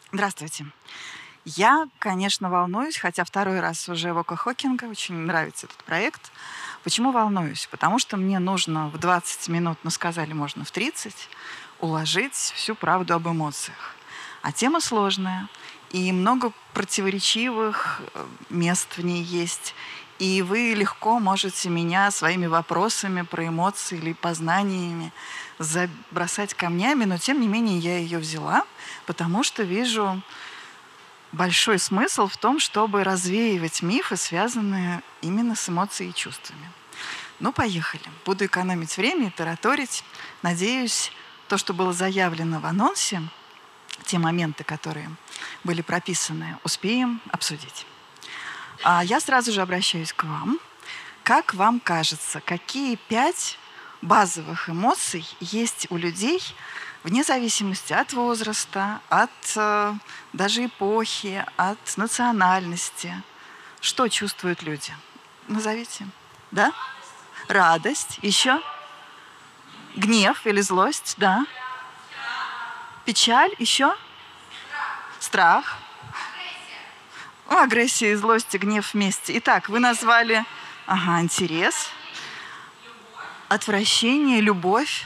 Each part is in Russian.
Здравствуйте. Я, конечно, волнуюсь, хотя второй раз уже в Око-Хокинга. Очень нравится этот проект. Почему волнуюсь? Потому что мне нужно в 20 минут, ну, сказали, можно в 30, уложить всю правду об эмоциях. А тема сложная, и много противоречивых мест в ней есть. И вы легко можете меня своими вопросами про эмоции или познаниями забросать камнями, но тем не менее я ее взяла, потому что вижу большой смысл в том, чтобы развеивать мифы, связанные именно с эмоциями и чувствами. Ну, поехали. Буду экономить время и тараторить. Надеюсь, то, что было заявлено в анонсе, те моменты, которые были прописаны, успеем обсудить. А я сразу же обращаюсь к вам. Как вам кажется, какие 5 базовых эмоций есть у людей, вне зависимости от возраста, от даже эпохи, от национальности? Что чувствуют люди? Назовите. Да? Радость. Еще? Гнев или злость? Да. Печаль. Еще? Страх. О, агрессия и злость, и гнев вместе. Итак, вы назвали интерес, отвращение, любовь.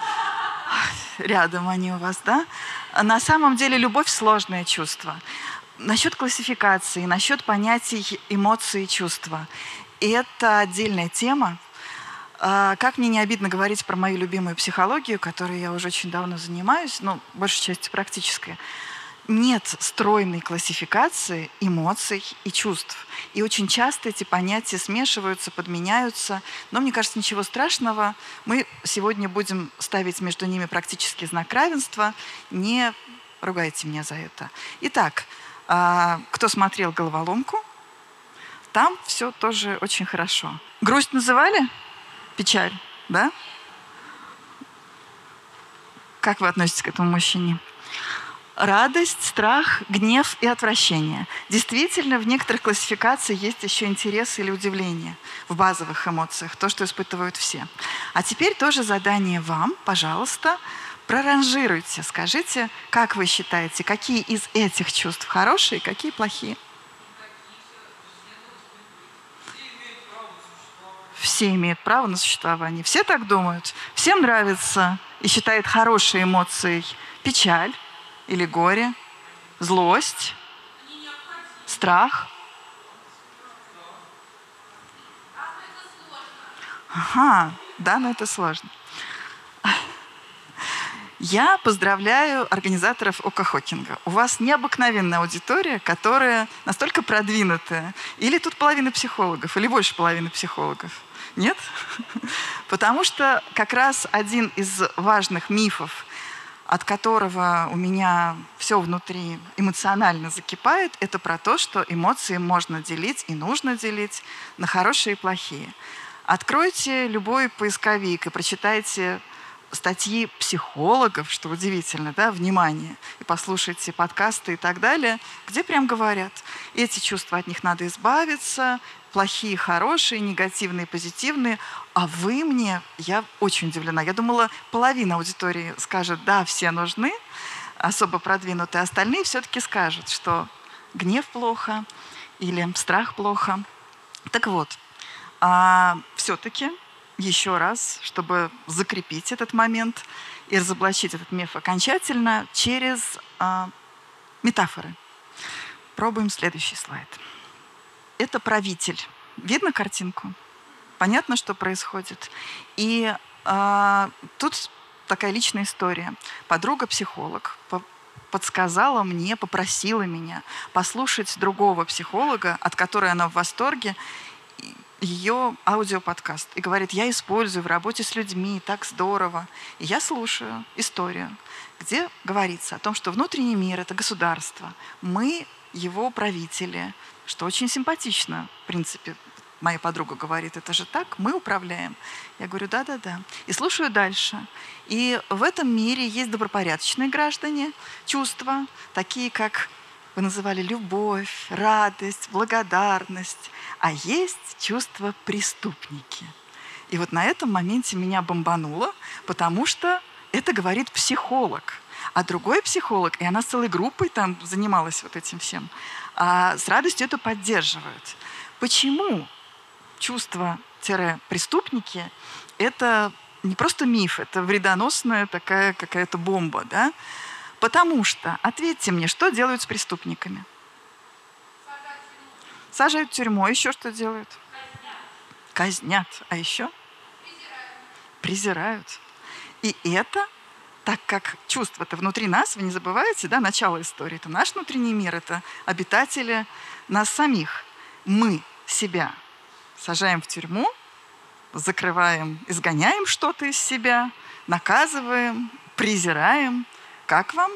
Рядом они у вас, да? На самом деле любовь — сложное чувство. Насчет классификации, насчет понятий эмоции и чувства. И это отдельная тема. Как мне не обидно говорить про мою любимую психологию, которой я уже очень давно занимаюсь, но большей частью практической. Нет стройной классификации эмоций и чувств. И очень часто эти понятия смешиваются, подменяются. Но мне кажется, ничего страшного. Мы сегодня будем ставить между ними практически знак равенства. Не ругайте меня за это. Итак, кто смотрел «Головоломку», там все тоже очень хорошо. Грусть называли? Печаль, да? Как вы относитесь к этому мужчине? Радость, страх, гнев и отвращение. Действительно, в некоторых классификациях есть еще интерес или удивление в базовых эмоциях, то, что испытывают все. А теперь тоже задание вам, пожалуйста, проранжируйте, скажите, как вы считаете, какие из этих чувств хорошие, какие плохие? Все имеют право на существование. Все так думают. Всем нравится и считает хорошей эмоцией печаль или горе, злость, страх. Ага, да, но это сложно. Я поздравляю организаторов Око-Хокинга. У вас необыкновенная аудитория, которая настолько продвинутая. Или тут половина психологов, или больше половины психологов. Нет? Потому что как раз один из важных мифов, от которого у меня все внутри эмоционально закипает, это про то, что эмоции можно делить и нужно делить на хорошие и плохие. Откройте любой поисковик и прочитайте статьи психологов, что удивительно, да, внимание, и послушайте подкасты и так далее, где прям говорят, эти чувства, от них надо избавиться, плохие, хорошие, негативные, позитивные. А вы мне, я очень удивлена, я думала, половина аудитории скажет, да, все нужны, особо продвинутые, остальные все-таки скажут, что гнев плохо или страх плохо. Так вот, все-таки еще раз, чтобы закрепить этот момент и разоблачить этот миф окончательно через метафоры. Пробуем следующий слайд. Это правитель. Видно картинку? Понятно, что происходит? И тут такая личная история. Подруга-психолог подсказала мне, попросила меня послушать другого психолога, от которой она в восторге, ее аудиоподкаст. И говорит, я использую в работе с людьми, так здорово. И я слушаю историю, где говорится о том, что внутренний мир — это государство. Мы его правители, что очень симпатично, в принципе. Моя подруга говорит, это же так, мы управляем. Я говорю, да-да-да. И слушаю дальше. И в этом мире есть добропорядочные граждане, чувства, такие как вы называли любовь, радость, благодарность. А есть чувства преступники. И вот на этом моменте меня бомбануло, потому что это говорит психолог. А другой психолог, и она с целой группой там занималась вот этим всем, с радостью это поддерживают. Почему чувства-преступники – это не просто миф, это вредоносная такая какая-то бомба, да? Потому что, ответьте мне, что делают с преступниками? Сажают в тюрьму. А еще что делают? Казнят. А еще? Презирают. И это, так как чувство-то внутри нас, вы не забывайте, да, начало истории, это наш внутренний мир, это обитатели нас самих. Мы себя сажаем в тюрьму, закрываем, изгоняем что-то из себя, наказываем, презираем. Как вам?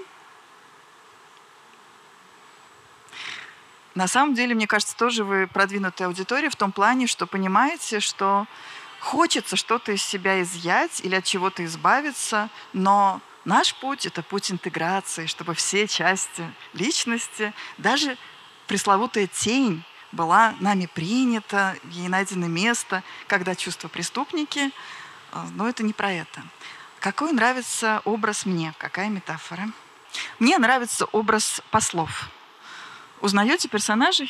На самом деле, мне кажется, тоже вы продвинутая аудитория в том плане, что понимаете, что хочется что-то из себя изъять или от чего-то избавиться, но наш путь – это путь интеграции, чтобы все части личности, даже пресловутая тень, была нами принята, ей найдено место, когда чувства преступники, но это не про это. Какой нравится образ мне? Какая метафора? Мне нравится образ послов. Узнаете персонажей?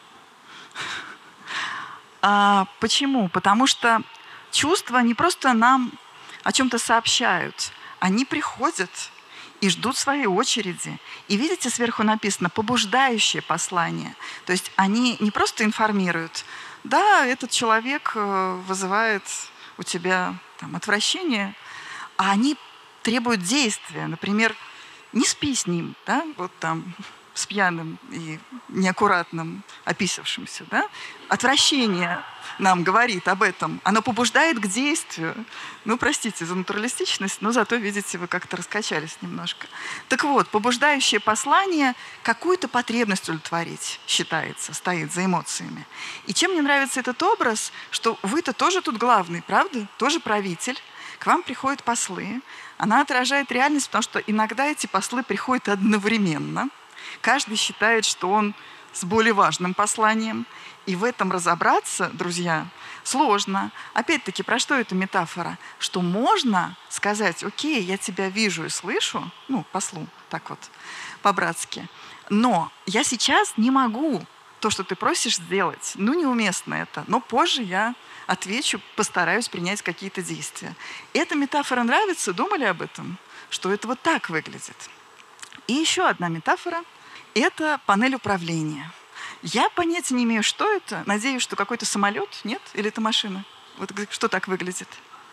Почему? Потому что чувства не просто нам о чем-то сообщают. Они приходят и ждут своей очереди. И видите, сверху написано «побуждающее послание». То есть они не просто информируют. Да, этот человек вызывает у тебя там отвращение, а они требуют действия. Например, не спи с ним, да, вот там с пьяным и неаккуратным, описавшимся, да? Отвращение нам говорит об этом. Оно побуждает к действию. Ну, простите за натуралистичность, но зато, видите, вы как-то раскачались немножко. Так вот, побуждающее послание какую-то потребность удовлетворить, считается, стоит за эмоциями. И чем мне нравится этот образ, что вы-то тоже тут главный, правда? Тоже правитель. К вам приходят послы. Она отражает реальность, потому что иногда эти послы приходят одновременно. Каждый считает, что он с более важным посланием. И в этом разобраться, друзья, сложно. Опять-таки, про что эта метафора? Что можно сказать: окей, я тебя вижу и слышу, ну, послу, так вот, по-братски, но я сейчас не могу то, что ты просишь, сделать. Ну, неуместно это. Но позже я отвечу, постараюсь принять какие-то действия. Эта метафора нравится? Думали об этом? Что это вот так выглядит. И еще одна метафора – это панель управления. Я понятия не имею, что это. Надеюсь, что какой-то самолет, нет? Или это машина? Вот что так выглядит?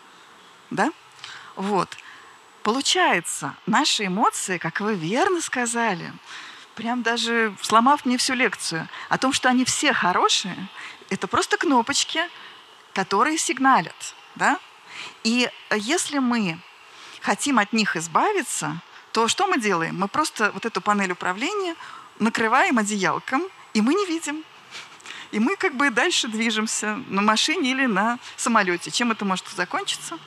Да? Вот. Получается, наши эмоции, как вы верно сказали, прям даже сломав мне всю лекцию, о том, что они все хорошие, это просто кнопочки, которые сигналят. Да? И если мы хотим от них избавиться, то что мы делаем? Мы просто вот эту панель управления накрываем одеялком, и мы не видим. И мы как бы дальше движемся на машине или на самолете. Чем это может закончиться?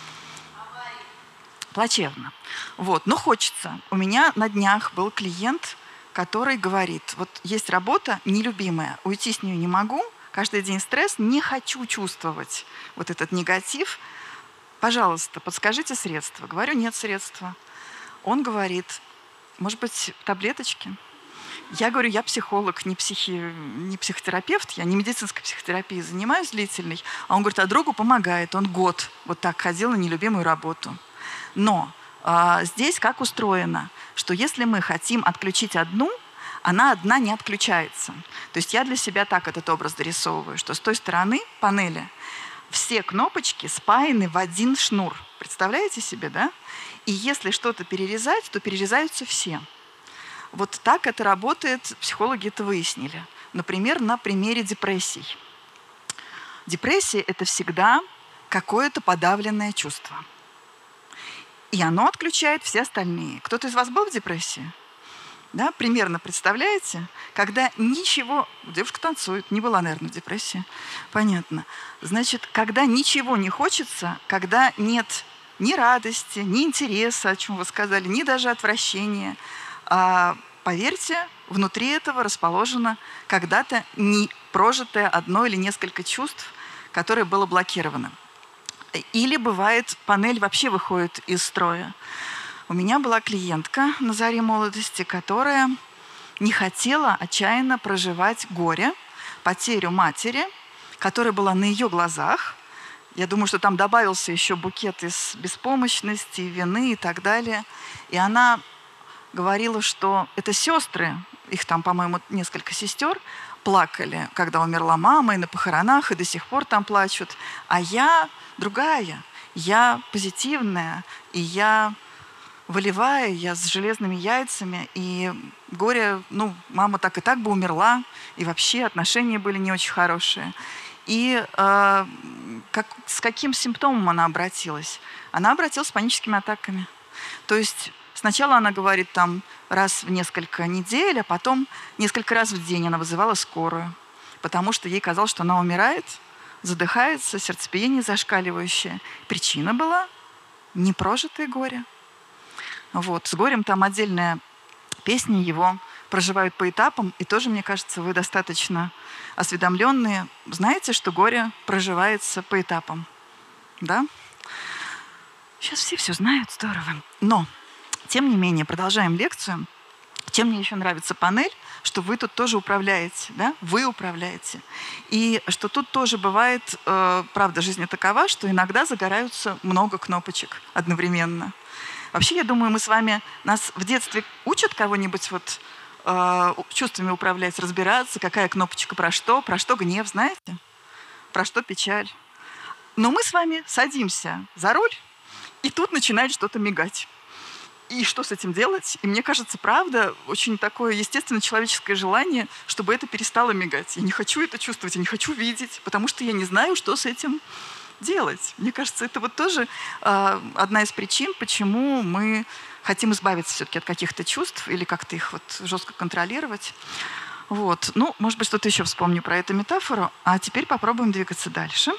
Плачевно. Вот. Но хочется. У меня на днях был клиент, который говорит: вот есть работа нелюбимая, уйти с нее не могу, каждый день стресс, не хочу чувствовать вот этот негатив. Пожалуйста, подскажите средства. Говорю, нет средства. Он говорит: может быть, таблеточки? Я говорю, я психолог, не психотерапевт, я не медицинской психотерапией занимаюсь длительной. А он говорит, а другу помогает. Он год вот так ходил на нелюбимую работу. Но здесь как устроено, что если мы хотим отключить одну, она одна не отключается. То есть я для себя так этот образ дорисовываю, что с той стороны панели все кнопочки спаяны в один шнур. Представляете себе, да? И если что-то перерезать, то перерезаются все. Вот так это работает, психологи это выяснили. Например, на примере депрессий. Депрессия – это всегда какое-то подавленное чувство. И оно отключает все остальные. Кто-то из вас был в депрессии? Да, примерно представляете? Когда ничего... Девушка танцует, не была, наверное, в депрессии. Понятно. Значит, когда ничего не хочется, когда нет ни радости, ни интереса, о чем вы сказали, ни даже отвращения, поверьте, внутри этого расположено когда-то не прожитое одно или несколько чувств, которое было блокировано. Или бывает, панель вообще выходит из строя. У меня была клиентка на заре молодости, которая не хотела отчаянно проживать горе, потерю матери, которая была на ее глазах. Я думаю, что там добавился еще букет из беспомощности, вины и так далее. И она говорила, что это сестры, их там, по-моему, несколько сестер, плакали, когда умерла мама, и на похоронах, и до сих пор там плачут. А я другая, я позитивная, и я волевая, я с железными яйцами, и горе, мама так и так бы умерла, и вообще отношения были не очень хорошие. И с каким симптомом она обратилась? Она обратилась с паническими атаками. То есть сначала она говорит там раз в несколько недель, а потом несколько раз в день она вызывала скорую, потому что ей казалось, что она умирает, задыхается, сердцебиение зашкаливающее. Причина была непрожитое горе. Вот. С горем там отдельная песня, его проживают по этапам, и тоже, мне кажется, вы достаточно осведомленные. Знаете, что горе проживается по этапам? Да? Сейчас все знают, здорово. Но, тем не менее, продолжаем лекцию. Чем мне еще нравится панель, что вы тут тоже управляете, да? Вы управляете. И что тут тоже бывает, правда, жизнь такова, что иногда загораются много кнопочек одновременно. Вообще, я думаю, мы с вами, нас в детстве учат кого-нибудь чувствами управлять, разбираться, какая кнопочка про что гнев, знаете? Про что печаль. Но мы с вами садимся за руль, и тут начинает что-то мигать. И что с этим делать? И мне кажется, правда, очень такое естественно человеческое желание, чтобы это перестало мигать. Я не хочу это чувствовать, я не хочу видеть, потому что я не знаю, что с этим делать. Мне кажется, это вот тоже одна из причин, почему мы хотим избавиться все-таки от каких-то чувств или как-то их жестко контролировать. Вот. Может быть, что-то еще вспомню про эту метафору. А теперь попробуем двигаться дальше.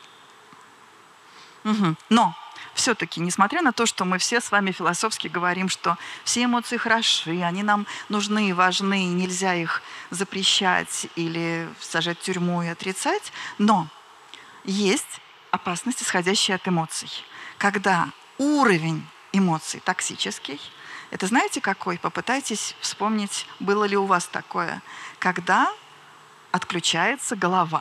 Угу. Но все-таки, несмотря на то, что мы все с вами философски говорим, что все эмоции хороши, они нам нужны и важны, и нельзя их запрещать или сажать в тюрьму и отрицать, но есть опасность, исходящая от эмоций. Когда уровень эмоций токсический, это знаете какой? Попытайтесь вспомнить, было ли у вас такое. Когда отключается голова.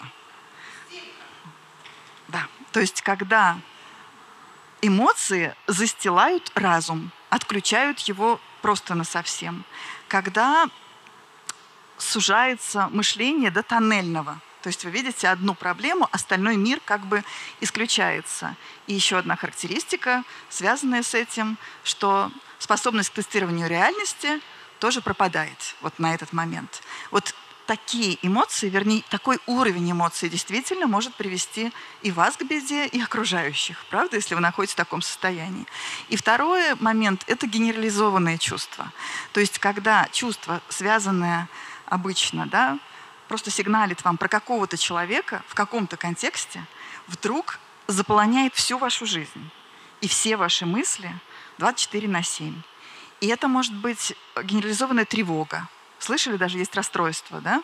Да, то есть когда эмоции застилают разум, отключают его просто насовсем. Когда сужается мышление до тоннельного. То есть вы видите одну проблему, остальной мир как бы исключается. И еще одна характеристика, связанная с этим, что способность к тестированию реальности тоже пропадает вот на этот момент. Вот такие эмоции, вернее, такой уровень эмоций действительно может привести и вас к беде, и окружающих, правда, если вы находитесь в таком состоянии. И второй момент – это генерализованные чувства. То есть когда чувство, связанное обычно, да, просто сигналит вам про какого-то человека в каком-то контексте, вдруг заполоняет всю вашу жизнь и все ваши мысли 24/7. И это может быть генерализованная тревога. Слышали, даже есть расстройство, да?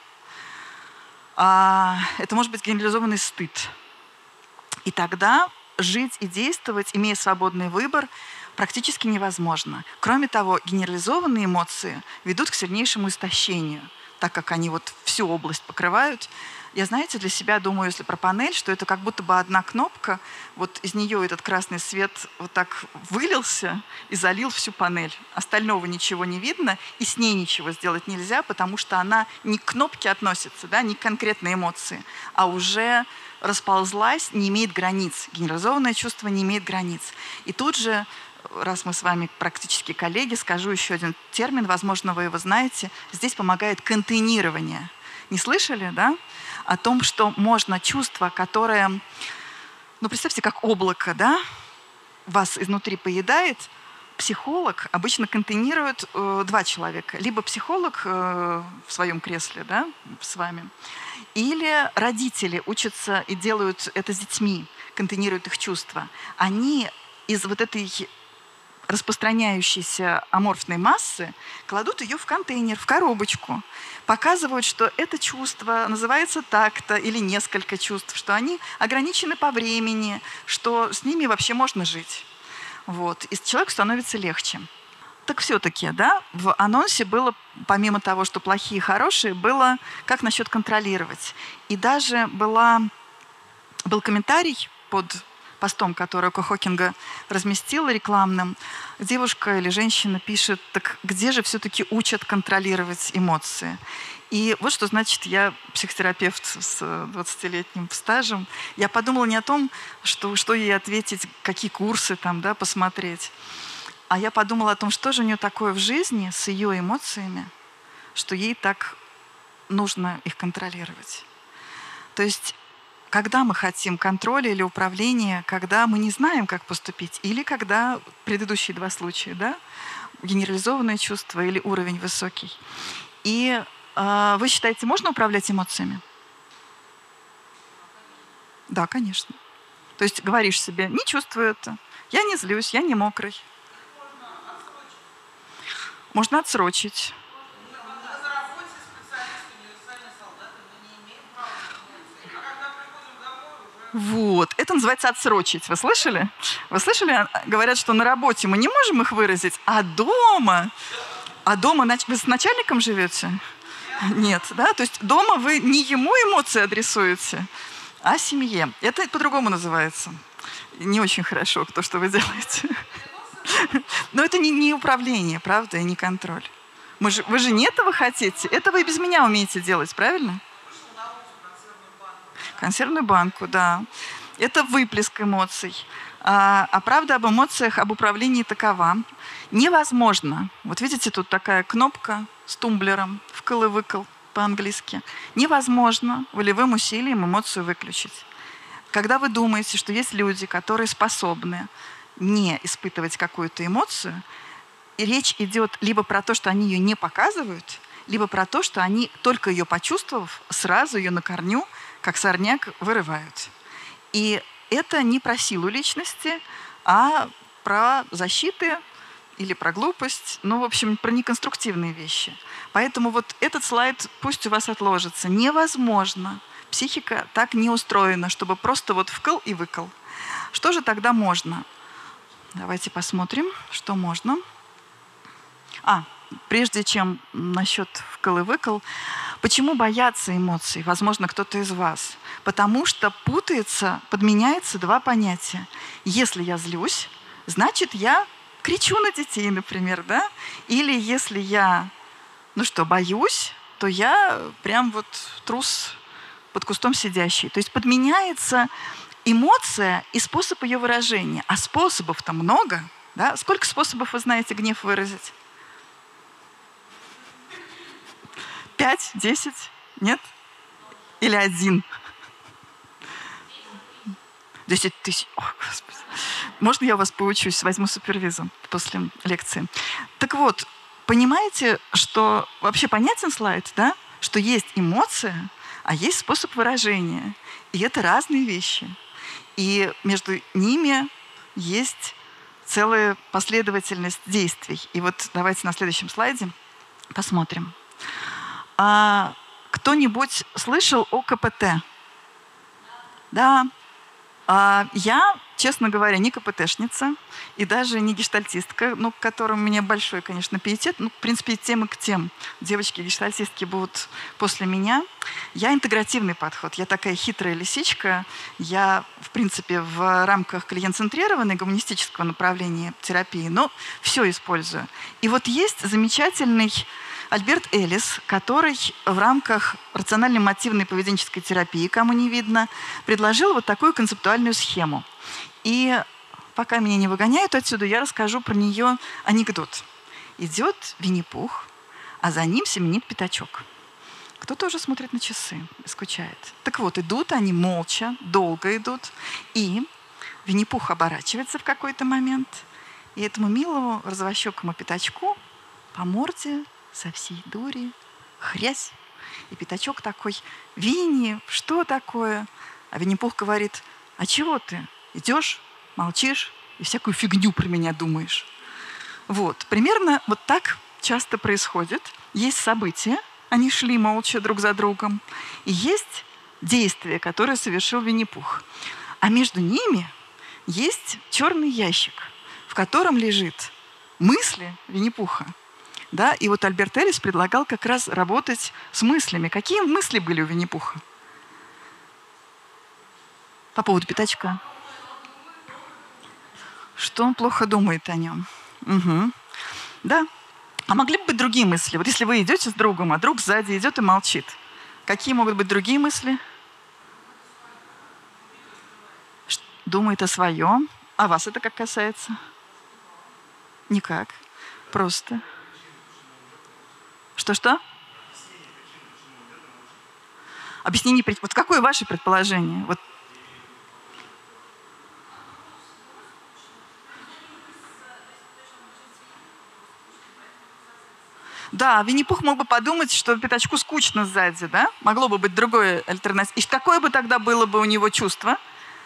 Это может быть генерализованный стыд. И тогда жить и действовать, имея свободный выбор, практически невозможно. Кроме того, генерализованные эмоции ведут к сильнейшему истощению, так как они всю область покрывают. Я, знаете, для себя думаю, если про панель, что это как будто бы одна кнопка, из нее этот красный свет так вылился и залил всю панель. Остального ничего не видно, и с ней ничего сделать нельзя, потому что она не к кнопке относится, да, не к конкретной эмоции, а уже расползлась, не имеет границ. Генерализованное чувство не имеет границ. И тут же, раз мы с вами практически коллеги, скажу еще один термин, возможно, вы его знаете. Здесь помогает контейнирование. Не слышали, да? О том, что можно чувство, которое, представьте, как облако, да, вас изнутри поедает, психолог обычно контейнирует два человека. Либо психолог в своем кресле, да, с вами, или родители учатся и делают это с детьми, контейнируют их чувства. Они из этой распространяющейся аморфной массы кладут ее в контейнер, в коробочку, показывают, что это чувство называется так-то или несколько чувств, что они ограничены по времени, что с ними вообще можно жить. Вот. И человеку становится легче. Так все-таки, да, в анонсе было, помимо того, что плохие и хорошие, было как насчет контролировать. И даже был комментарий под постом, который Око Хокинга разместила рекламным. Девушка или женщина пишет: так где же все-таки учат контролировать эмоции? И вот что значит, я психотерапевт с 20-летним стажем. Я подумала не о том, что ей ответить, какие курсы там, да, посмотреть. А я подумала о том, что же у нее такое в жизни с ее эмоциями, что ей так нужно их контролировать. То есть, когда мы хотим контроля или управления, когда мы не знаем, как поступить, или когда предыдущие два случая, да, генерализованное чувство или уровень высокий. И вы считаете, можно управлять эмоциями? Да, конечно. То есть говоришь себе: не чувствую это, я не злюсь, я не мокрый. Можно отсрочить. Вот. Это называется отсрочить. Вы слышали? Вы слышали? Говорят, что на работе мы не можем их выразить, а дома... вы с начальником живете? Нет, да? То есть дома вы не ему эмоции адресуете, а семье. Это по-другому называется. Не очень хорошо то, что вы делаете. Но это не управление, правда, и не контроль. Вы же не этого хотите. Это вы и без меня умеете делать, правильно? Консервную банку, да. Это выплеск эмоций. А правда об эмоциях, об управлении такова. Невозможно. Вот видите, тут такая кнопка с тумблером, вкл-выкл по-английски. Невозможно волевым усилием эмоцию выключить. Когда вы думаете, что есть люди, которые способны не испытывать какую-то эмоцию, и речь идет либо про то, что они ее не показывают, либо про то, что они, только ее почувствовав, сразу ее на корню, как сорняк, вырывают. И это не про силу личности, а про защиты или про глупость, ну, в общем, про неконструктивные вещи. Поэтому вот этот слайд пусть у вас отложится. Невозможно. Психика так не устроена, чтобы просто вот вкл и выкл. Что же тогда можно? Давайте посмотрим, что можно. Прежде чем насчет вкл и выкл, почему боятся эмоций? Возможно, кто-то из вас. Потому что подменяется два понятия. Если я злюсь, значит, я кричу на детей, например, да? Или если я, боюсь, то я прям вот трус под кустом сидящий. То есть подменяется эмоция и способ ее выражения. А способов-то много. Да? Сколько способов вы знаете гнев выразить? 5, 10? Нет? Или 1? 10 тысяч. О, Господи. Можно я у вас поучусь? Возьму супервизу после лекции. Так вот, понимаете, что вообще понятен слайд, да? Что есть эмоция, а есть способ выражения. И это разные вещи. И между ними есть целая последовательность действий. И вот давайте на следующем слайде посмотрим. Кто-нибудь слышал о КПТ? Да. Я, честно говоря, не КПТшница и даже не гештальтистка, к которым у меня большой, конечно, пиетет. В принципе, тем и к тем. Девочки-гештальтистки будут после меня. Я интегративный подход. Я такая хитрая лисичка. Я, в принципе, в рамках клиент-центрированной гуманистического направления терапии, но все использую. И вот есть замечательный Альберт Эллис, который в рамках рационально-мотивной поведенческой терапии, кому не видно, предложил вот такую концептуальную схему. И пока меня не выгоняют отсюда, я расскажу про нее анекдот. Идет Винни-Пух, а за ним семенит Пятачок. Кто-то уже смотрит на часы и скучает. Так вот, идут они молча, долго идут, и Винни-Пух оборачивается в какой-то момент, и этому милому розовощекому Пятачку по морде со всей дури, хрясь. И Пятачок такой: «Винни, что такое?» А Винни-Пух говорит: «А чего ты? Идешь, молчишь и всякую фигню про меня думаешь». Вот, примерно вот так часто происходит. Есть события, они шли молча друг за другом, и есть действия, которые совершил Винни-Пух. А между ними есть черный ящик, в в котором лежит мысли Винни-Пуха. Да? И вот Альберт Эллис предлагал как раз работать с мыслями. Какие мысли были у Винни-Пуха? По поводу пятачка. Что он плохо думает о нем. Угу. Да. А могли бы быть другие мысли? Вот если вы идете с другом, а друг сзади идет и молчит. Какие могут быть другие мысли? Думает о своем. А вас это как касается? Никак. Просто. Что-что? Объяснение. Вот какое ваше предположение? Вот. Да, Винни-Пух мог бы подумать, что пятачку скучно сзади, да? Могло бы быть другое альтернатива. И какое бы тогда было бы у него чувство?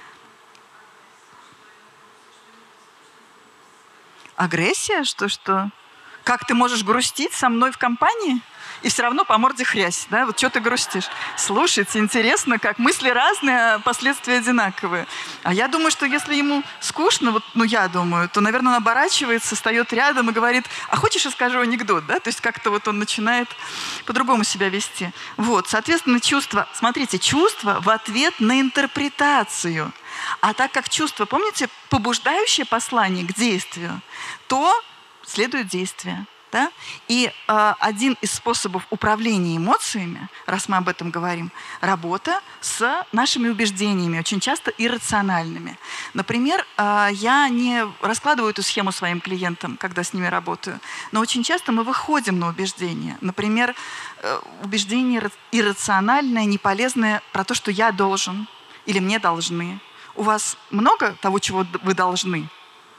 Агрессия? Что? Как ты можешь грустить со мной в компании? И все равно по морде хрясь, да? Вот что ты грустишь? Слушайте, интересно, как мысли разные, а последствия одинаковые. А я думаю, что если ему скучно, вот, я думаю, то, наверное, он оборачивается, встает рядом и говорит: а хочешь, я скажу анекдот, да? То есть как-то вот он начинает по-другому себя вести. Вот, соответственно, чувство, смотрите, чувство в ответ на интерпретацию. А так как чувство, помните, побуждающее послание к действию, то следует действие. Да? И один из способов управления эмоциями, раз мы об этом говорим, работа с нашими убеждениями, очень часто иррациональными. Например, я не раскладываю эту схему своим клиентам, когда с ними работаю, но очень часто мы выходим на убеждения. Например, убеждение иррациональное, неполезное про то, что я должен или мне должны. У вас много того, чего вы должны?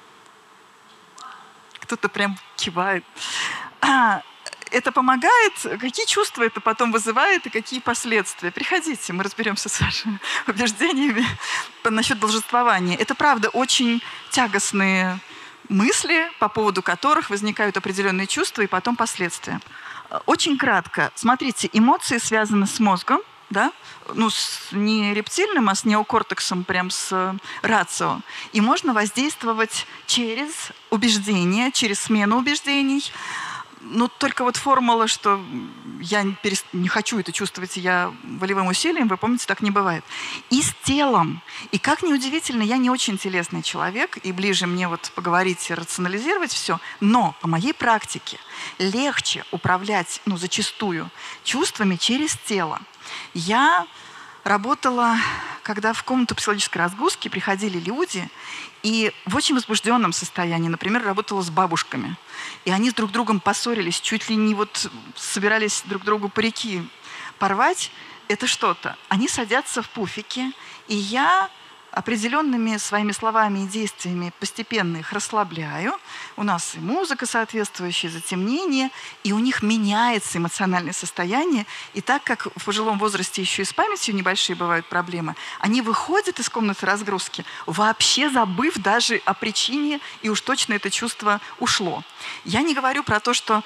Кто-то прям кивает. Это помогает? Какие чувства это потом вызывает и какие последствия? Приходите, мы разберемся с вашими убеждениями насчет должествования. Это, правда, очень тягостные мысли, по поводу которых возникают определенные чувства и потом последствия. Очень кратко. Смотрите, эмоции связаны с мозгом, да? Не рептильным, а с неокортексом, прям с рацио. И можно воздействовать через убеждения, через смену убеждений. Только вот формула, что я не хочу это чувствовать, я волевым усилием, вы помните, так не бывает. И с телом. И как ни удивительно, я не очень телесный человек, и ближе мне вот поговорить и рационализировать все, но по моей практике легче управлять, зачастую, чувствами через тело. Я работала, когда в комнату психологической разгрузки приходили люди, и в очень возбужденном состоянии, например, работала с бабушками. И они с друг другом поссорились, чуть ли не собирались друг другу парики порвать. Это что-то. Они садятся в пуфики, и я определенными своими словами и действиями постепенно их расслабляю. У нас и музыка соответствующая, затемнение, и у них меняется эмоциональное состояние. И так как в пожилом возрасте еще и с памятью небольшие бывают проблемы, они выходят из комнаты разгрузки, вообще забыв даже о причине, и уж точно это чувство ушло. Я не говорю про то, что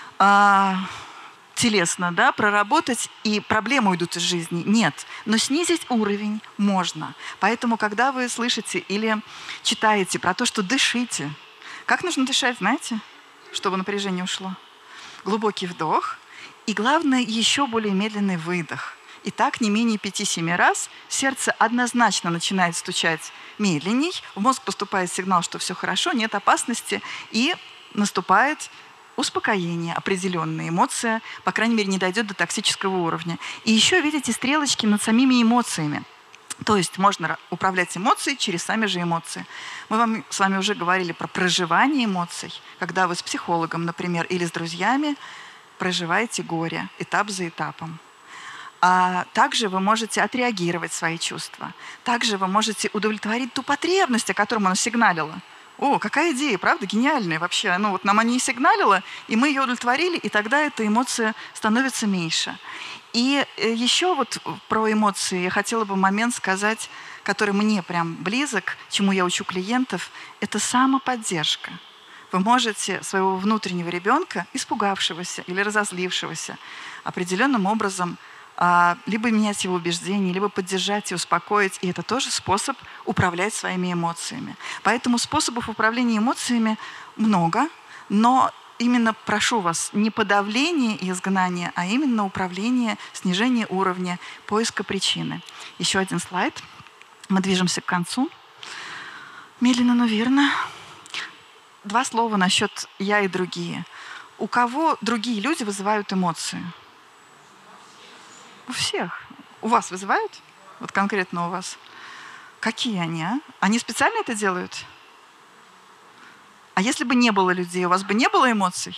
телесно, да, проработать, и проблемы уйдут из жизни. Нет. Но снизить уровень можно. Поэтому, когда вы слышите или читаете про то, что дышите, как нужно дышать, знаете, чтобы напряжение ушло? Глубокий вдох и, главное, еще более медленный выдох. И так не менее 5-7 раз сердце однозначно начинает стучать медленней, в мозг поступает сигнал, что все хорошо, нет опасности, и наступает успокоение, определенные эмоции, по крайней мере, не дойдет до токсического уровня. И еще видите стрелочки над самими эмоциями. То есть можно управлять эмоцией через сами же эмоции. Мы с вами уже говорили про проживание эмоций, когда вы с психологом, например, или с друзьями проживаете горе этап за этапом. А также вы можете отреагировать свои чувства. Также вы можете удовлетворить ту потребность, о которой оно сигналило. О, какая идея, правда, гениальная вообще. Нам они сигналило, и мы ее удовлетворили, и тогда эта эмоция становится меньше. И еще про эмоции я хотела бы момент сказать, который мне прям близок, чему я учу клиентов, это самоподдержка. Вы можете своего внутреннего ребенка, испугавшегося или разозлившегося, определенным образом либо менять его убеждения, либо поддержать и успокоить. И это тоже способ управлять своими эмоциями. Поэтому способов управления эмоциями много, но именно прошу вас не подавление и изгнание, а именно управление, снижение уровня, поиска причины. Еще один слайд. Мы движемся к концу. Медленно, но верно. 2 слова насчет «я» и «другие». У кого другие люди вызывают эмоции? У всех. У вас вызывают? Вот конкретно у вас. Какие они, а? Они специально это делают? А если бы не было людей, у вас бы не было эмоций?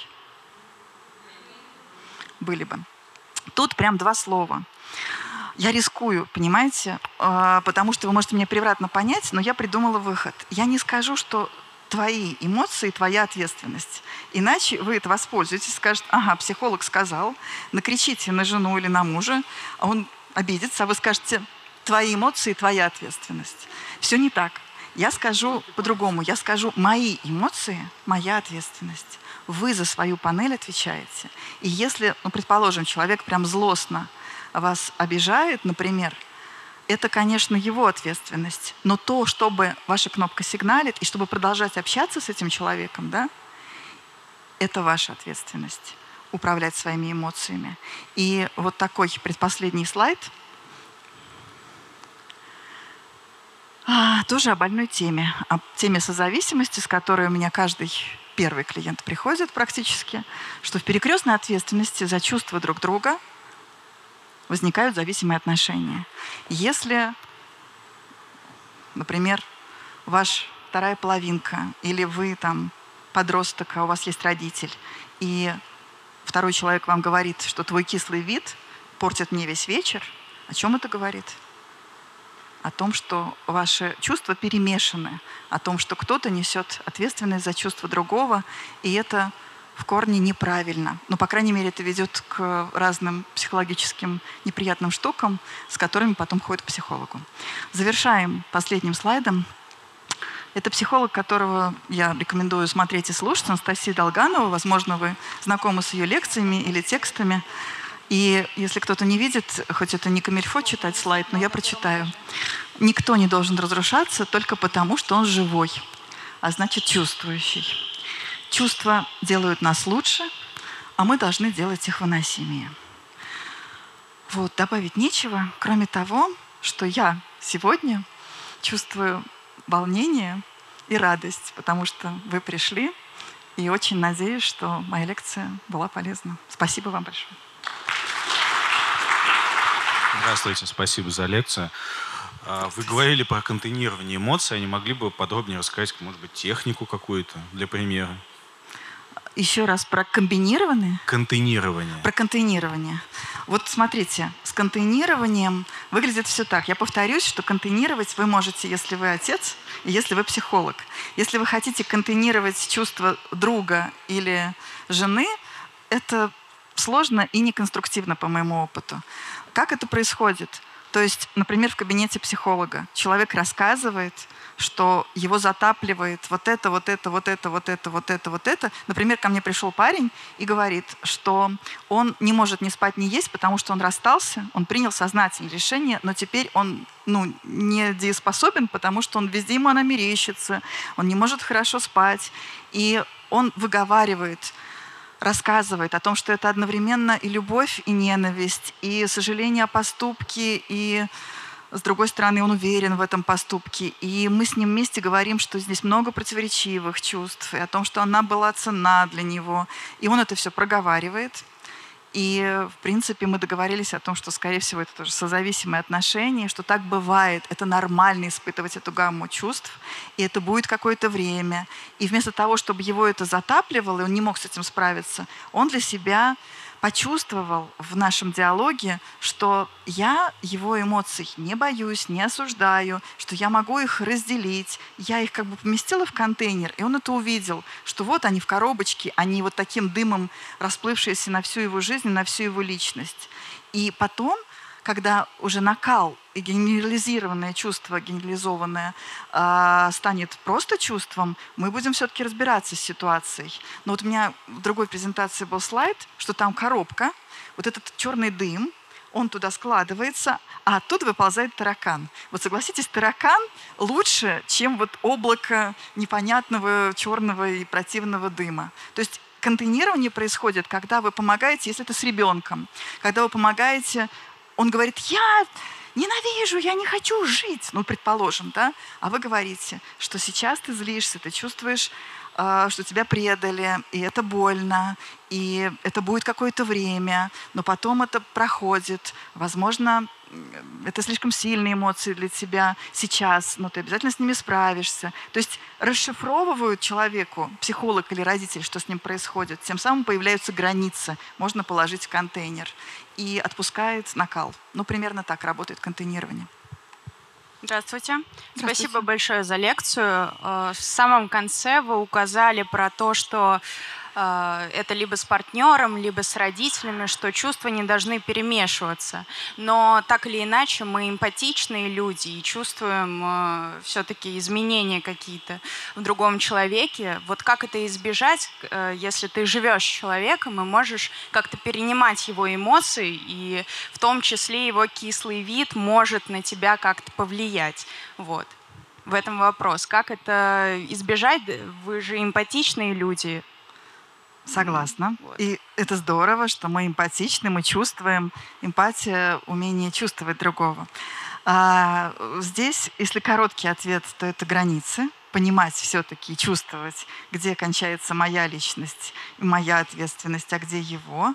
Были бы. Тут прям 2 слова. Я рискую, понимаете? Потому что вы можете меня превратно понять, но я придумала выход. Я не скажу, что твои эмоции, твоя ответственность. Иначе вы это воспользуетесь, скажете, ага, психолог сказал, накричите на жену или на мужа, а он обидится, а вы скажете, твои эмоции, твоя ответственность. Все не так. Я скажу по-другому. Я скажу, мои эмоции, моя ответственность. Вы за свою панель отвечаете. И если, предположим, человек прям злостно вас обижает, например, это, конечно, его ответственность. Но то, чтобы ваша кнопка сигналит, и чтобы продолжать общаться с этим человеком, да, это ваша ответственность. Управлять своими эмоциями. И вот такой предпоследний слайд. Тоже о больной теме. О теме созависимости, с которой у меня каждый первый клиент приходит практически, что в перекрестной ответственности за чувства друг друга возникают зависимые отношения. Если, например, ваш вторая половинка или вы там подросток, а у вас есть родитель, и второй человек вам говорит, что твой кислый вид портит мне весь вечер, о чем это говорит? О том, что ваши чувства перемешаны, о том, что кто-то несет ответственность за чувства другого, и это в корне неправильно. Но, по крайней мере, это ведет к разным психологическим неприятным штукам, с которыми потом ходят к психологу. Завершаем последним слайдом. Это психолог, которого я рекомендую смотреть и слушать, Анастасия Долганова. Возможно, вы знакомы с ее лекциями или текстами. И если кто-то не видит, хоть это не камильфо читать слайд, но я прочитаю. Никто не должен разрушаться только потому, что он живой, а значит чувствующий. Чувства делают нас лучше, а мы должны делать их выносимее. Вот, добавить нечего, кроме того, что я сегодня чувствую волнение и радость, потому что вы пришли, и очень надеюсь, что моя лекция была полезна. Спасибо вам большое. Здравствуйте, спасибо за лекцию. Вы говорили про контейнирование эмоций, не могли бы подробнее рассказать, может быть, технику какую-то для примера? Еще раз про комбинированные? Контейнирование. Про контейнирование. Вот смотрите, с контейнированием выглядит все так. Я повторюсь, что контейнировать вы можете, если вы отец и если вы психолог. Если вы хотите контейнировать чувства друга или жены, это сложно и неконструктивно по моему опыту. Как это происходит? То есть, например, в кабинете психолога человек рассказывает, что его затапливает вот это, вот это, вот это, вот это, вот это, вот это. Например, ко мне пришел парень и говорит, что он не может ни спать, ни есть, потому что он расстался, он принял сознательное решение, но теперь он не дееспособен, потому что он везде ему она мерещится, он не может хорошо спать. И он выговаривает, рассказывает о том, что это одновременно и любовь, и ненависть, и сожаление о поступке, и, с другой стороны, он уверен в этом поступке. И мы с ним вместе говорим, что здесь много противоречивых чувств, и о том, что она была ценна для него. И он это все проговаривает. И, в принципе, мы договорились о том, что, скорее всего, это тоже созависимые отношения, что так бывает, это нормально испытывать эту гамму чувств, и это будет какое-то время. И вместо того, чтобы его это затапливало, и он не мог с этим справиться, он для себя почувствовал в нашем диалоге, что я его эмоций не боюсь, не осуждаю, что я могу их разделить. Я их как бы поместила в контейнер, и он это увидел, что вот они в коробочке, они вот таким дымом расплывшиеся на всю его жизнь, на всю его личность. И потом, когда уже накал и генерализированное чувство, генерализованное, станет просто чувством, мы будем все-таки разбираться с ситуацией. Но вот у меня в другой презентации был слайд, что там коробка, вот этот черный дым, он туда складывается, а оттуда выползает таракан. Вот согласитесь, таракан лучше, чем вот облако непонятного черного и противного дыма. То есть контейнирование происходит, когда вы помогаете, если это с ребенком, когда вы помогаете, он говорит: я ненавижу, я не хочу жить, ну, предположим, да, а вы говорите, что сейчас ты злишься, ты чувствуешь, что тебя предали, и это больно, и это будет какое-то время, но потом это проходит. Возможно, это слишком сильные эмоции для тебя сейчас, но ты обязательно с ними справишься. То есть расшифровывают человеку, психолог или родитель, что с ним происходит. Тем самым появляются границы, можно положить в контейнер. И отпускает накал. Ну, примерно так работает контейнирование. Здравствуйте. Спасибо большое за лекцию. В самом конце вы указали про то, что это либо с партнером, либо с родителями, что чувства не должны перемешиваться. Но так или иначе мы эмпатичные люди и чувствуем все-таки изменения какие-то в другом человеке. Вот как это избежать, если ты живешь с человеком и можешь как-то перенимать его эмоции, и в том числе его кислый вид может на тебя как-то повлиять. Вот. В этом вопрос. Как это избежать? Вы же эмпатичные люди. Согласна. Вот. И это здорово, что мы эмпатичны, мы чувствуем. Эмпатия — умение чувствовать другого. Здесь, если короткий ответ, то это границы. Понимать все-таки, чувствовать, где кончается моя личность и моя ответственность, а где его.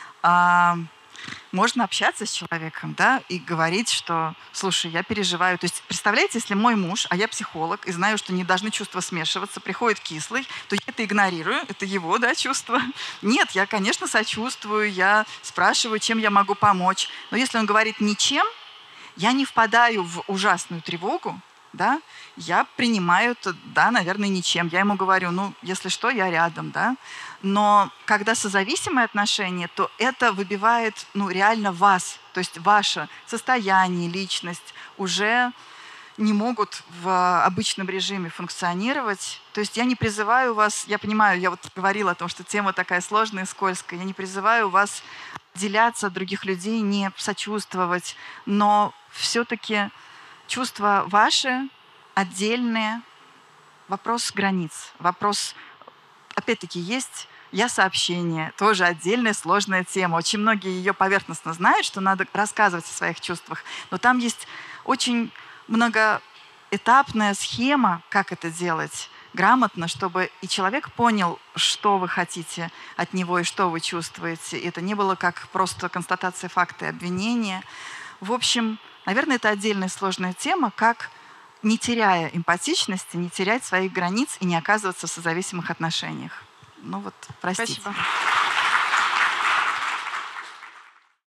Можно общаться с человеком, да, и говорить, что, слушай, я переживаю. То есть, представляете, если мой муж, а я психолог, и знаю, что не должны чувства смешиваться, приходит кислый, то я это игнорирую, это его, да, чувство. Нет, я, конечно, сочувствую, я спрашиваю, чем я могу помочь. Но если он говорит ничем, я не впадаю в ужасную тревогу, да, я принимаю это, да, наверное, ничем. Я ему говорю, ну, если что, я рядом, да. Но когда созависимые отношения, то это выбивает, ну, реально вас. То есть ваше состояние, личность уже не могут в обычном режиме функционировать. То есть я не призываю вас, я понимаю, я вот говорила о том, что тема такая сложная, скользкая, я не призываю вас отделяться от других людей, не сочувствовать, но все-таки чувства ваши, отдельные. Вопрос границ. Вопрос, опять-таки, есть я-сообщение. Тоже отдельная сложная тема. Очень многие ее поверхностно знают, что надо рассказывать о своих чувствах. Но там есть очень многоэтапная схема, как это делать грамотно, чтобы и человек понял, что вы хотите от него и что вы чувствуете. И это не было как просто констатация факта и обвинения. В общем, наверное, это отдельная сложная тема, как, не теряя эмпатичности, не терять своих границ и не оказываться в созависимых отношениях. Ну вот, простите. Спасибо.